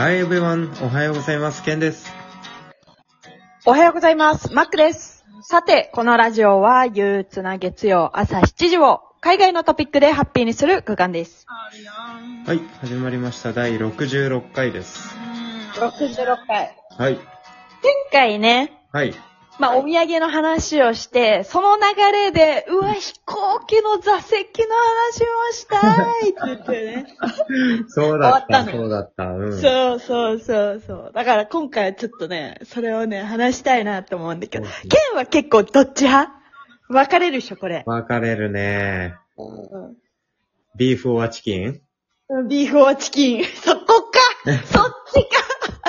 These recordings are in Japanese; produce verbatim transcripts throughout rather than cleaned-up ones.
Hi everyone! おはようございます。ケンです。 おはようございます。マックです。さて、このラジオは憂鬱な月曜朝しちじを海外のトピックでハッピーにする空間です。 はい、始まりました。だいろくじゅうろっかいです。 ろくじゅうろっかい。 はい。 前回ね、 はい。 まあ、お土産の話をして、その流れで、うわ、飛行機の座席の話をしたいって言ってね。 そうだった、 終わったのそうだった。うん。 そうそうそうそう。だから今回はちょっとね、それをね、話したいなと思うんだけど、ケンは結構どっち派？分かれるでしょ、これ。 分かれるね。 うん、 ビーフオアチキン？ ビーフオアチキン。そこかそっちか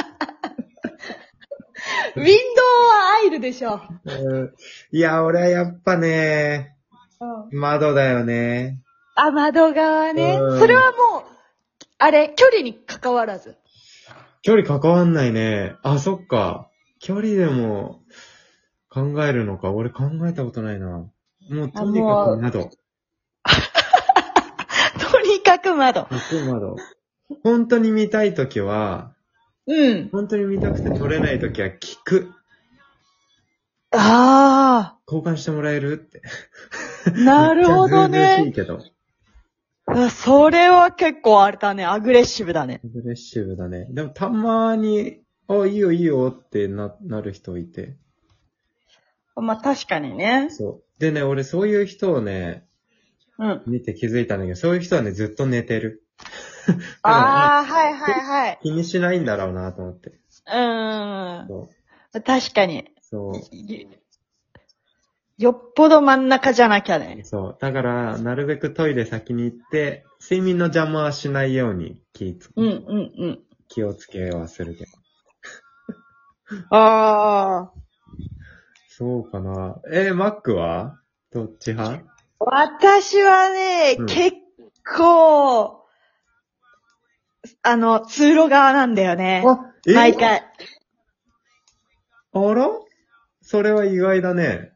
ウィンドウはアイルでしょ。 うん、いや、俺はやっぱね、うん、窓だよね。 あ、窓側ね。それはもう、あれ、距離に関わらず。 距離関わんないね。あ、そっか。距離でも考えるのか。俺考えたことないな。もうとにかく窓。 とにかく窓。 とにかく窓。本当に見たいときは、うん。本当に見たくて撮れないときは聞く。 ああ。 交換してもらえるって。 なるほどね。 めっちゃずうずうしいけど。 それは結構あれだね。アグレッシブだね。 アグレッシブだね。でもたまに、あ、いいよいいよってな、なる人いて。 まあ確かにね。 そう。でね、俺そういう人をね、うん。見て気づいたんだけど、そういう人はね、ずっと寝てる。 ああ、はいはいはい。 気にしないんだろうなと思って。うーん。そう。確かに。 そう。 よっぽど真ん中じゃなきゃね。 そう。だから、なるべくトイレ先に行って、睡眠の邪魔はしないように気つ、 うんうんうん。 気をつけはするけど。 ああ。 そうかな。えー、マックはどっち派？ 私はね、うん、結構、あの、通路側なんだよね。えー、毎回。 あら？それは意外だね。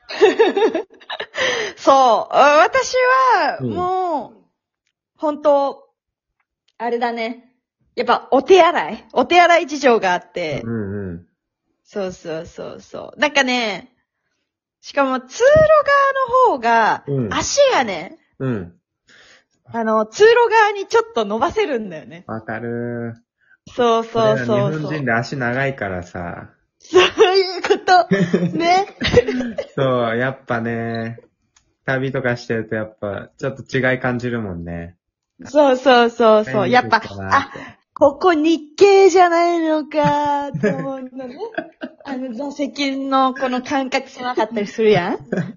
そう。私は、もう、うん、本当あれだね。やっぱ、お手洗いお手洗い事情があって。 うんうん。 そうそうそうそう。なんかね、しかも通路側の方が、足がね、うん。うん、あの、通路側にちょっと伸ばせるんだよね。 わかるー。そうそうそうそう。 日本人で足長いからさ。 そういうこと。ね。 そう、やっぱね、旅とかしてるとやっぱ、ちょっと違い感じるもんね。 そうそうそうそう。やっぱ、あ、ここ日系じゃないのか、と思うのね。あの、座席のこの感覚狭かったりするやん。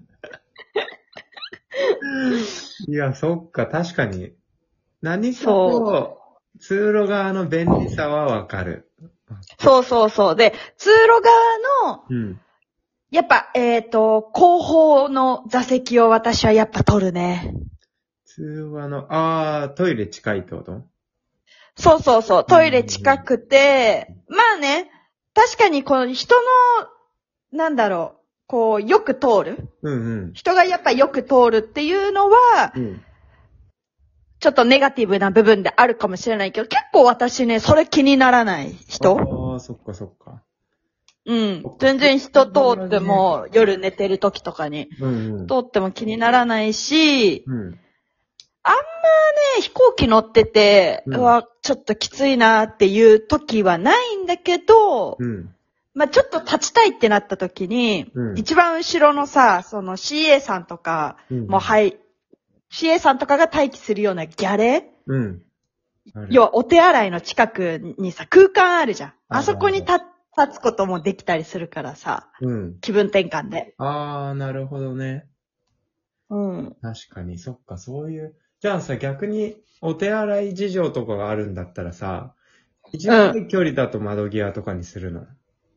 いや、そっか、確かに。何かと、通路側の便利さはわかる。 そうそうそう。で、通路側の、うん、やっぱ、えっと、後方の座席を私はやっぱ取るね。 通話の、あー、トイレ近いってこと？ そうそうそう、トイレ近くて、まあね、確かにこの人の、なんだろう、こう、よく通る、うんうん、人がやっぱよく通るっていうのは、うん、ちょっとネガティブな部分であるかもしれないけど、結構私ね、それ気にならない人。 ああ、そっかそっか。 うん。全然人通っても、夜寝てる時とかに、うんうん、通っても気にならないし、うん、あんまね、飛行機乗ってて、うん、うわ、ちょっときついなっていう時はないんだけど、うん、まあちょっと立ちたいってなった時に、うん、一番後ろのさ、その シーエー さんとか、うん、もうはい、シーエー さんとかが待機するようなギャレ、うん、要はお手洗いの近くにさ、空間あるじゃん。あそこに立つこともできたりするからさ、うん、気分転換で。 あー、なるほどね。うん。確かに、そっか、そういう。じゃあさ、逆にお手洗い事情とかがあるんだったらさ、短い距離だと窓際とかにするの？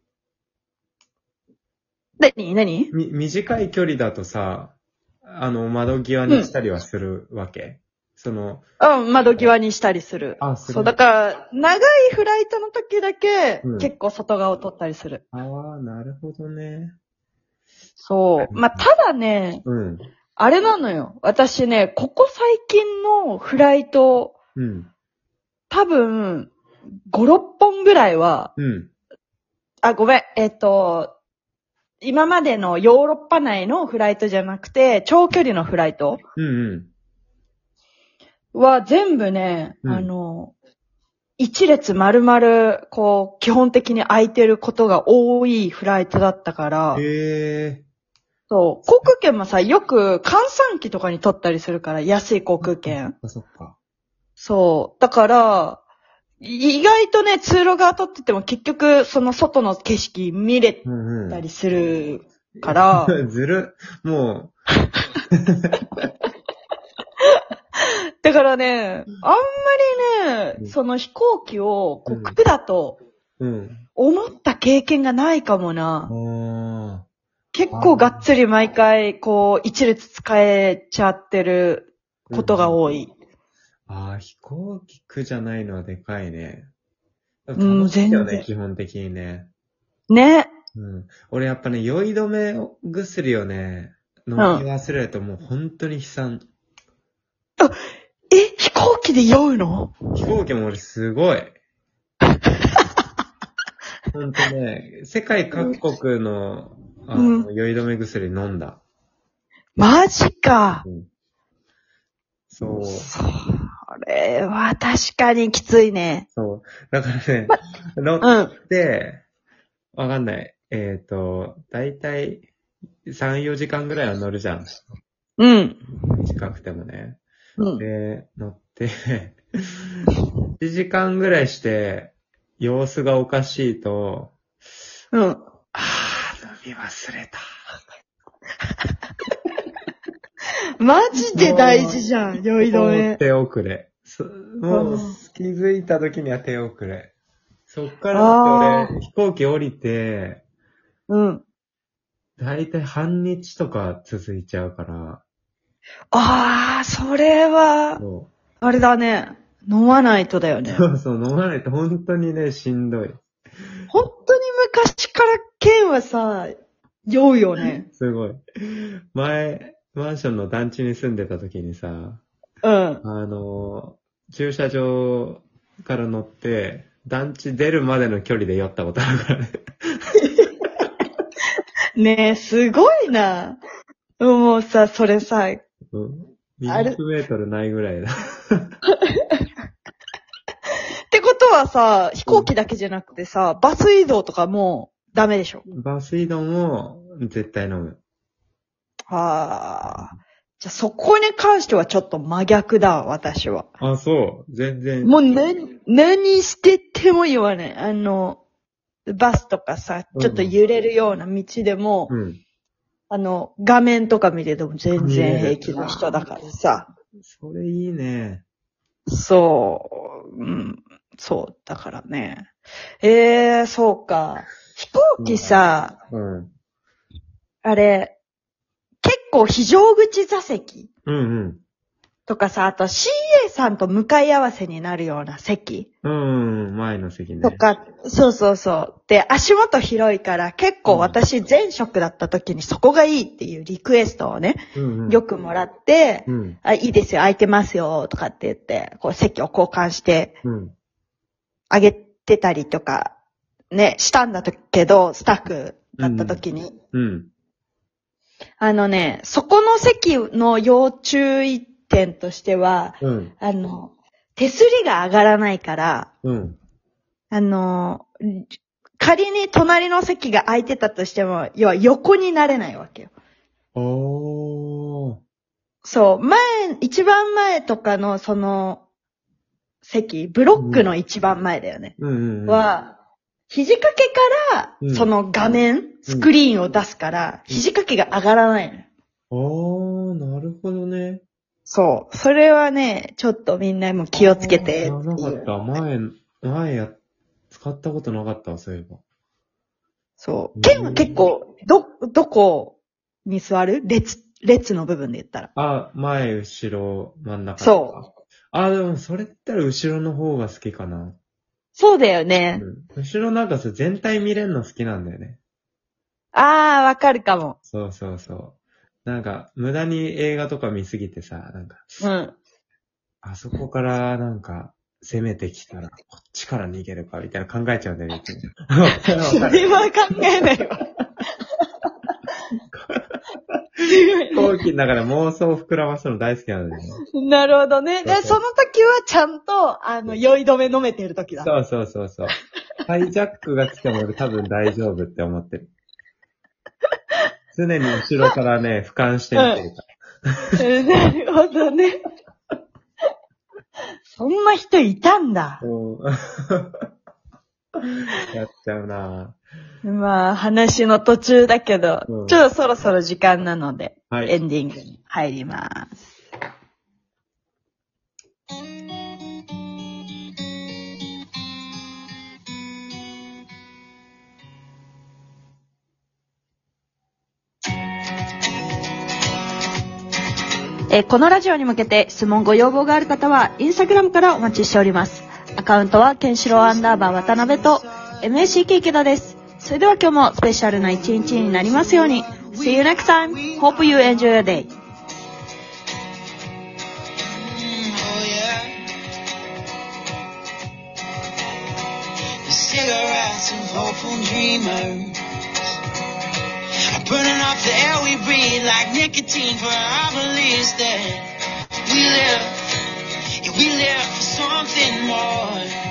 なになに？ み、短い距離だとさ、あの、窓際にしたりはするわけ？うん、その。 うん、窓際にしたりする。あ、する。そう、だから、長いフライトの時だけ、うん、結構外側を取ったりする。 ああ、なるほどね。 そう。まあ、ただね、うん。あれなのよ。私ね、ここ最近のフライト、うん。多分、 ご、ろっぽんぐらいは、 うん。 あ、ごめん、えっと、今までのヨーロッパ内のフライトじゃなくて、長距離のフライトうんうん。は全部ね、 うんあの、一列丸々、こう、基本的に空いてることが多いフライトだったから、 へえ。 そう、航空券もさ、よく換算機とかに取ったりするから、安い航空券。 あ、そっか。 そう。だから、意外とね、通路側取ってても結局、その外の景色見れうんうたりするから。 ん。ずる。もだからね、あんまりね、 うんその飛行機をうん国だとう、うん。 思った経験がないかもな。 あ結構がっつり毎回、こう、一列使えちゃってるあ。 ことがい。 多い。 ああ、飛行機区じゃないのはでかいね。 うん、 楽しいよね、 全然。 基本的にね。 ね。 うん。俺やっぱね、酔い止め薬をね、飲み忘れるともう本当に悲惨。 あ、え、飛行機で酔うの？ 飛行機も俺すごい。ほんとね、世界各国の、あの、 うん、 酔い止め薬飲んだ。 マジか。 うん、そう。 それは確かにきついね。 そう。だからね、乗うん。 って、わかんない。えっと、だいたいさん、よじかんぐらいは乗るじゃん。 うん。 短くてもね。 うん。 で、乗って、いちじかんぐらいして、様子がおかしいと、 うん。 ああ、飲み忘れた。 マジで大事じゃん、酔い止もうめ。 手遅れ。そもううん気づいた時には手遅れ。そっからあって俺、飛行機降りて、 うん。 だいたい半日とか続いちゃうから。 ああ、それは、 そあれだね。飲まないとだよう。 ね。 そうそう、飲まないと本当にね、しんどい。 本当に昔からケンはさ、酔うよね。 すごい。前、マンションの団地に住んでた時にさ、 うん。 あの、駐車場から乗って、団地出るまでの距離で酔ったことあるからね。 ねえ、すごいな。もうさ、それさ、 うん。 あるにひゃくメートルないぐらいだ。 ってことはさ、飛行機だけじゃなくてさ、バス移動とかもダメでしょ。 バス移動も絶対飲む。 はあ。じゃあそこに関してはちょっと真逆だわ、私は。 あ、そう。全然。 もう何、何してても言わない。あの、バスとかさ、ちょっと揺れるような道でも、 うん。 あの、画面とか見てても全然平気な人だからさ。 それいいね。 そう、うん、そう、だからね。ええー、そうか。飛行機さ、 うん。 あれ、結構非常口座席うんうん。 とかさ、あと シーエー さんと向かい合わせになるような席うんうん。前の席ね。 とか、そうそうそう。で、足元広いから結構私前職だった時にそこがいいっていうリクエストをね、 うんうん、 よくもらって、 うん、 あ、いいですよ、空いてますよ、とかって言って、こう席を交換してあげてたりとか、ね、したんだけど、スタッフだった時に。 うん。うん、 あのね、そこの席の要注意点としては、 うん、 あの、手すりが上がらないから、 うん、あの、仮に隣の席が空いてたとしても、要は横になれないわけよ。 おー。 そう、前、一番前とかのその席、ブロックの一番前だよね。 うんうんうん、 は、肘掛けから、その画面、うん、スクリーンを出すから、うん、肘掛けが上がらないのよ。 あー、なるほどね。 そう。それはね、ちょっとみんなも気をつけて。 知らなかった。前、前や、使ったことなかった、そういえば。 そう。ケンは結構、ど、どこに座る？列、列の部分で言ったら。 あ、前、後ろ、真ん中。 そう。 あ、でもそれ言ったら後ろの方が好きかな。 そうだよね。 うん、後ろなんかさ、全体見れるの好きなんだよね。 あー、わかるかも。 そうそうそう。なんか、無駄に映画とか見すぎてさ、なんか、 うん。 あそこからなんか、 攻めてきたら、こっちから逃げるか、みたいな考えちゃうんだよね。 それは考えないわ。 飛行機の中で妄想を膨らますの大好きなんだよね。なるほどね。で、その時はちゃんと、あの、酔い止め飲めてる時だ。 そうそうそうそう。ハイジャックが来ても俺多分大丈夫って思ってる。常に後ろからね、俯瞰してみてるから。 うん、なるほどね。そんな人いたんだ。 やっちゃうなぁ。まあ、話の途中だけど、うん、ちょっとそろそろ時間なので、はい、エンディングに入ります。えー、このラジオに向けて質問ご要望がある方は、インスタグラムからお待ちしております。アカウントは、ケンシロウアンダーバー渡辺と、エムエーシーケー 池田です。それでは今日もスペシャルな一日になりますように。See you next time. Hope you enjoy your day. Burning off the air we breathe like nicotine for our beliefs that we live, yeah, we live for something more.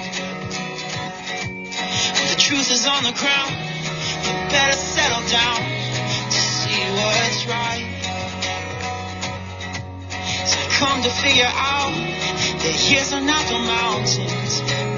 When the truth is on the ground, you better settle down to see what's right. So I come to figure out that years are not the mountains.